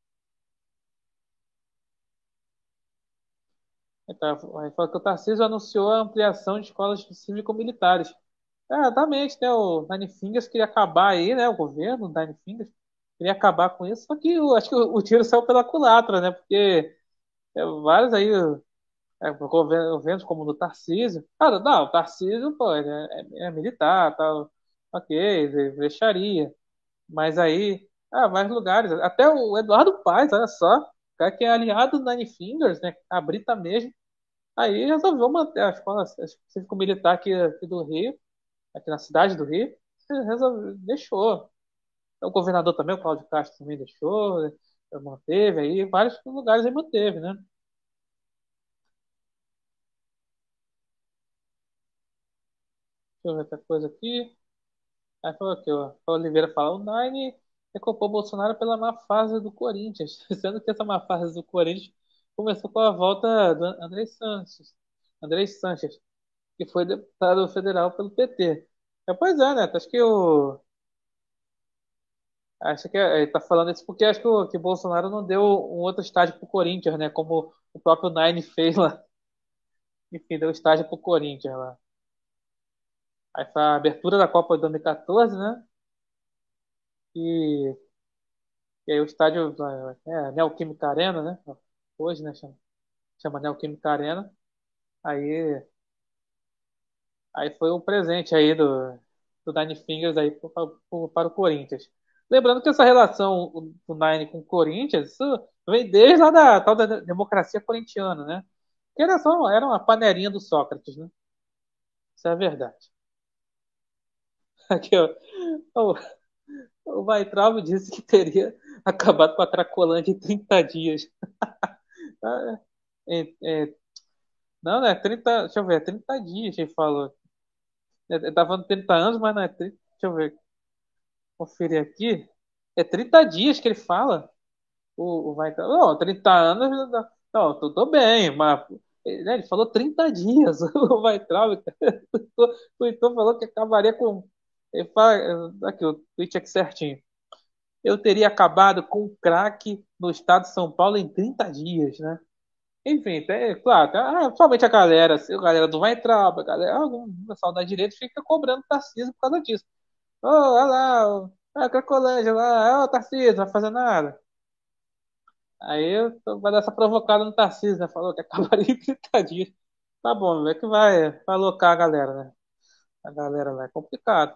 Então, aí fala que o Tarcísio anunciou a ampliação de escolas cívico-militares. Exatamente, né? O Nine Fingers queria acabar aí, né? O governo, o Nine Fingers, queria acabar com isso, só que acho que o tiro saiu pela culatra, né? Porque vários aí, governos como o do Tarcísio. Cara, não, o Tarcísio, pô, ele é militar, tal, ok, ele deixaria. Mas aí, vários lugares, até o Eduardo Paes, olha só, o cara que é aliado do Nine Fingers, né? A Brita mesmo, aí resolveu manter a escola cívico-militar aqui do Rio aqui na cidade do Rio, resolveu, deixou. O governador também, o Cláudio Castro também deixou, né? Manteve aí, vários lugares aí manteve, né? Deixa eu ver outra coisa aqui. Aí falou aqui, ó. O Oliveira fala, o Nine culpou o Bolsonaro pela má fase do Corinthians, sendo que essa má fase do Corinthians começou com a volta do Andrés Sanches, que foi deputado federal pelo PT. Pois é, né? Acho que ele tá falando isso porque acho que o Bolsonaro não deu um outro estádio pro Corinthians, né? Como o próprio Nine fez lá. Enfim, deu estádio pro Corinthians lá. Aí foi a abertura da Copa de 2014, né? E, e aí o estádio Neoquímica Arena, né? Hoje, né? Chama Neoquímica Arena. Aí, aí foi o presente aí do Nine Fingers aí para o Corinthians. Lembrando que essa relação do Nine com o Corinthians, isso vem desde lá da tal da democracia corintiana, né? Que era uma panelinha do Sócrates, né? Isso é a verdade. Aqui, ó. O, o Weintraub disse que teria acabado com a Cracolândia em 30 dias. Ah, é, é, não, né? 30, deixa eu ver, 30 dias ele falou. Ele tá falando 30 anos, mas não é 30. Deixa eu ver, conferir aqui. É 30 dias que ele fala. O Weintraub. Não, 30 anos. Não, tô bem, mas né, ele falou 30 dias, o Weintraub, cara. O Heitor falou que acabaria com. Ele fala, aqui, o tweet aqui certinho. Eu teria acabado com o crack no estado de São Paulo em 30 dias, né? Enfim, claro, somente a galera do Weintraub, a galera, algum pessoal da direita fica cobrando Tarcísio por causa disso. Ô, olha lá, a Cracolândia lá, ô, Tarcísio, não vai fazer nada. Aí vai dar essa provocada no Tarcísio, né? Falou que acabaria em 30 dias. Tá bom, é que vai alocar a galera, né? A galera lá é complicado.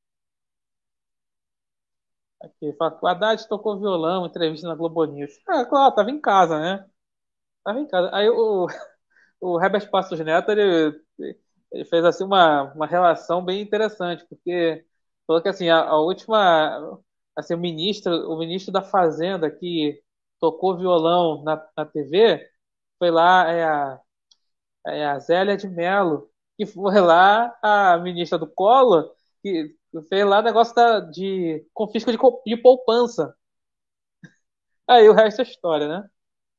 Aqui, fala que o Haddad tocou violão, entrevista na Globo News. Ah, claro, tava em casa, né? Tava em casa. Aí o Herbert Passos Neto, ele fez assim uma relação bem interessante, porque falou que assim, a última, assim, o ministro da Fazenda que tocou violão na TV foi lá, a Zélia de Mello, que foi lá a ministra do Collor, que fez lá negócio de confisco de poupança. Aí o resto é história, né?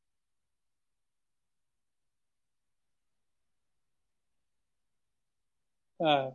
Ah,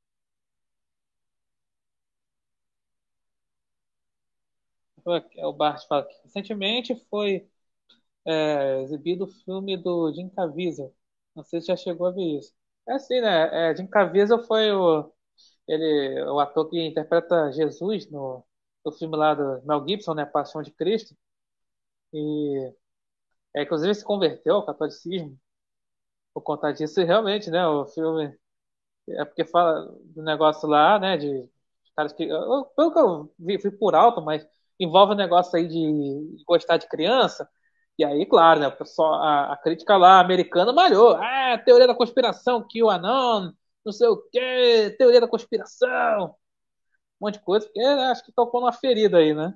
o Bart fala que recentemente foi exibido o filme do Jim Caviezel. Não sei se já chegou a ver isso. É assim, né? Jim Caviezel foi o ator que interpreta Jesus no filme lá do Mel Gibson, né? Paixão de Cristo. E, inclusive, se converteu ao catolicismo por conta disso. E realmente, né? O filme é porque fala do negócio lá, né? De caras que. Pelo que eu vi, fui por alto, mas envolve o negócio aí de gostar de criança. E aí, claro, né? O pessoal, a crítica lá americana malhou. Ah, teoria da conspiração, QAnon, não sei o quê, teoria da conspiração, um monte de coisa, porque acho que tocou numa ferida aí, né?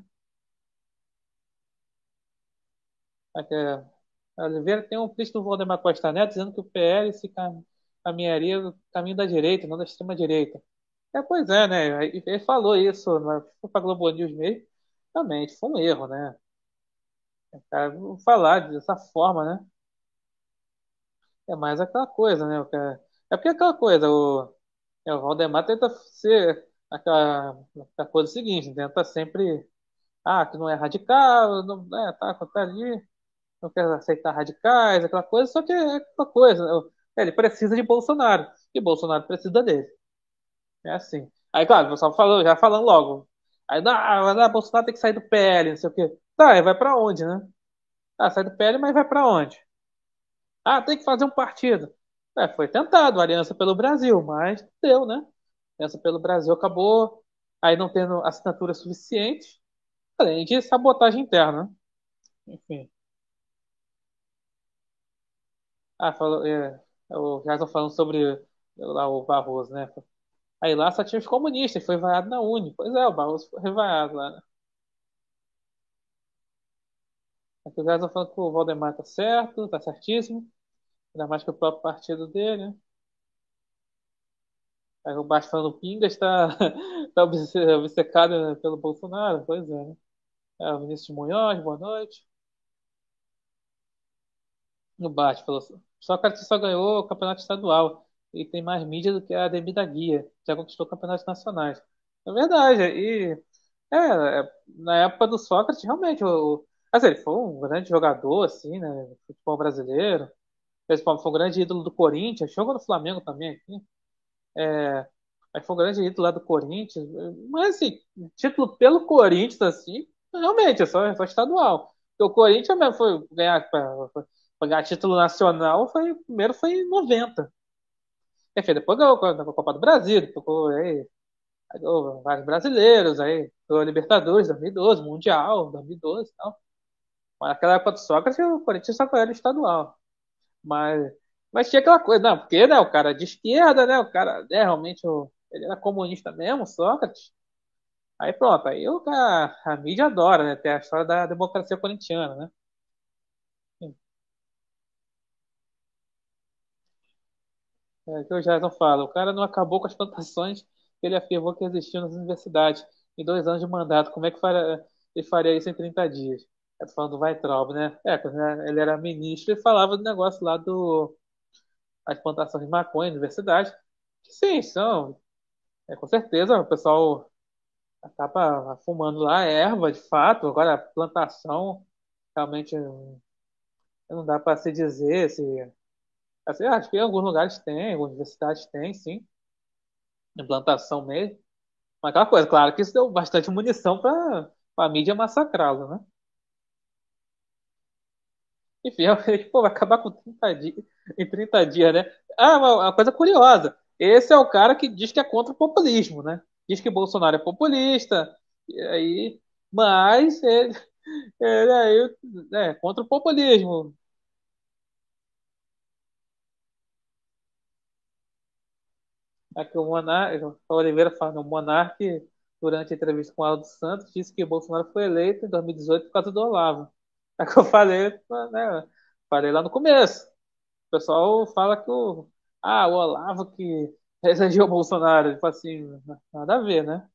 Aqui, a Oliveira tem um tweet do Valdemar Costa Neto dizendo que o PL se caminharia no caminho da direita, não da extrema direita. Pois é, né? Ele falou isso para Globo News mesmo. Realmente, foi um erro, né? Cara, vou falar dessa forma, né? É mais aquela coisa, né? É porque é aquela coisa, o Valdemar tenta ser aquela coisa seguinte, tenta sempre, que não é radical, não, tá ali, não quer aceitar radicais, aquela coisa, só que é aquela coisa, né? Ele precisa de Bolsonaro, e Bolsonaro precisa dele. É assim. Aí, claro, o pessoal falou, já falando logo. Aí, Bolsonaro tem que sair do PL, não sei o quê. Tá, aí vai pra onde, né? Sai do PL, mas vai pra onde? Tem que fazer um partido. Foi tentado, Aliança pelo Brasil, mas não deu, né? Aliança pelo Brasil acabou aí não tendo assinatura suficiente, além de sabotagem interna, né? Enfim. Falou, o Jason falando sobre lá o Barroso, né? Aí lá só tinha os comunistas, foi vaiado na Uni. Pois é, o Barroso foi vaiado lá, né? Aqui o Jason falando que o Valdemar tá certo, tá certíssimo. Ainda mais que o próprio partido dele, né? Aí o Baixo falando que o Pinga está, tá obcecado pelo Bolsonaro. Pois é, né? O Vinícius de Munhoz, boa noite. O Baixo falou: Sócrates só ganhou o campeonato estadual e tem mais mídia do que a Ademir da Guia. Já conquistou campeonatos nacionais. É verdade. Na época do Sócrates, realmente, assim, ele foi um grande jogador, assim, né? No futebol brasileiro. Foi um grande ídolo do Corinthians. Jogou no Flamengo também aqui. É, Mas foi um grande ídolo lá do Corinthians. Mas, assim, título pelo Corinthians, assim, realmente, é só estadual. Porque o Corinthians mesmo foi pra ganhar título nacional, primeiro foi em 90. Enfim, depois ganhou a Copa do Brasil, aí ganhou vários brasileiros, aí ganhou a Libertadores 2012, Mundial 2012 e tal. Mas naquela época do Sócrates, o Corinthians só ganhou o estadual. Mas, mas tinha aquela coisa, não, porque, né, o cara de esquerda, né, o cara, realmente, ele era comunista mesmo, Sócrates. Aí pronto, aí a mídia adora, né, ter a história da democracia corintiana, né. É que o Jason fala, o cara não acabou com as plantações que ele afirmou que existiam nas universidades em 2 anos de mandato. Como é que ele faria isso em 30 dias? Eu tô falando do Weintraub, né? Quando ele era ministro, ele falava do negócio lá do as plantações de maconha na universidade. Que sim, são. Com certeza, o pessoal acaba fumando lá erva, de fato. Agora, a plantação, realmente, não dá para se dizer se. Assim, acho que em alguns lugares tem, algumas universidades tem, sim, implantação mesmo. Mas aquela coisa, claro que isso deu bastante munição para a mídia massacrá-lo, né? Enfim, pô, vai acabar com 30 dias, em 30 dias, né? Ah, uma coisa curiosa. Esse é o cara que diz que é contra o populismo, né? Diz que Bolsonaro é populista, e aí, mas ele aí é contra o populismo. Aqui o Monarque, o Oliveira fala, no Monarque, durante a entrevista com o Aldo Santos, disse que Bolsonaro foi eleito em 2018 por causa do Olavo. É que eu falei, né? Falei lá no começo. O pessoal fala que o Olavo que elegeu o Bolsonaro. Tipo assim, nada a ver, né?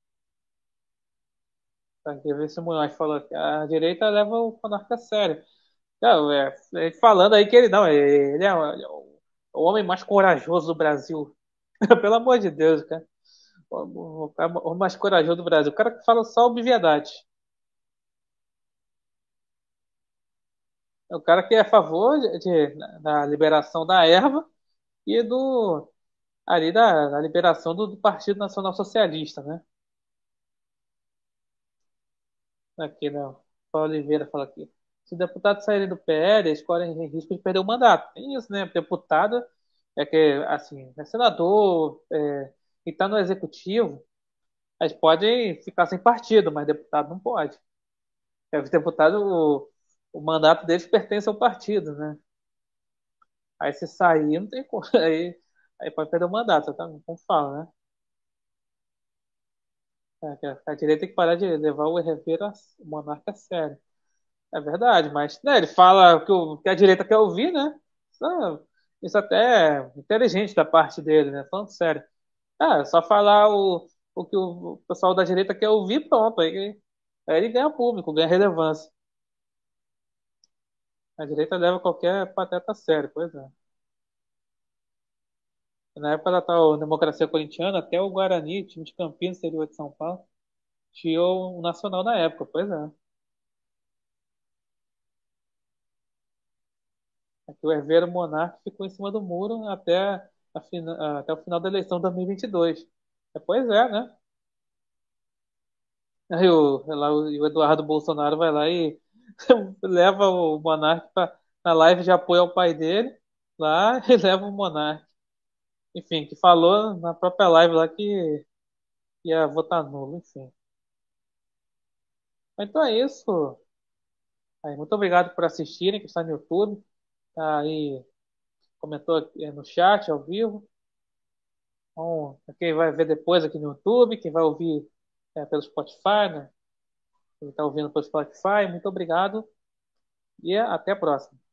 Pra ver se o Munhoz falou que a direita leva o monarca a sério. Não, ele falando aí que ele não, ele é o homem mais corajoso do Brasil. Pelo amor de Deus, cara. O mais corajoso do Brasil. O cara que fala só obviedade. É o cara que é a favor da liberação da erva e da liberação do Partido Nacional Socialista, né? Aqui, não. Paulo Oliveira fala aqui. Se deputados saírem do PL, eles correm risco de perder o mandato. Tem isso, né? Deputado é que, assim, é senador, e está no executivo, eles podem ficar sem partido, mas deputado não pode. Os deputados, o mandato deles pertence ao partido, né? Aí se sair, não tem como. Aí pode perder o mandato, tá? Como fala, né? A direita tem que parar de levar o Herrera, o monarca a sério. É verdade, mas né, ele fala que a direita quer ouvir, né? Isso, isso até é inteligente da parte dele, né? Falando sério. É só falar o que o pessoal da direita quer ouvir, pronto. Aí ele ganha público, ganha relevância. A direita leva qualquer pateta a sério, pois é. Na época da tal democracia corintiana, até o Guarani, time de Campinas, interior de São Paulo, tinha o Nacional na época, pois é. Aqui o Hervério Monarque ficou em cima do muro até o final da eleição de 2022. Pois é, né? Aí o Eduardo Bolsonaro vai lá e leva o Monarque na live de apoio ao pai dele lá e leva o Monarque. Enfim, que falou na própria live lá que ia votar nulo, enfim. Então é isso. Aí, muito obrigado por assistirem, que está no YouTube. Tá aí, comentou aqui no chat, ao vivo. Então, quem vai ver depois aqui no YouTube, quem vai ouvir pelo Spotify, né? Quem está ouvindo pelo Spotify, muito obrigado e até a próxima.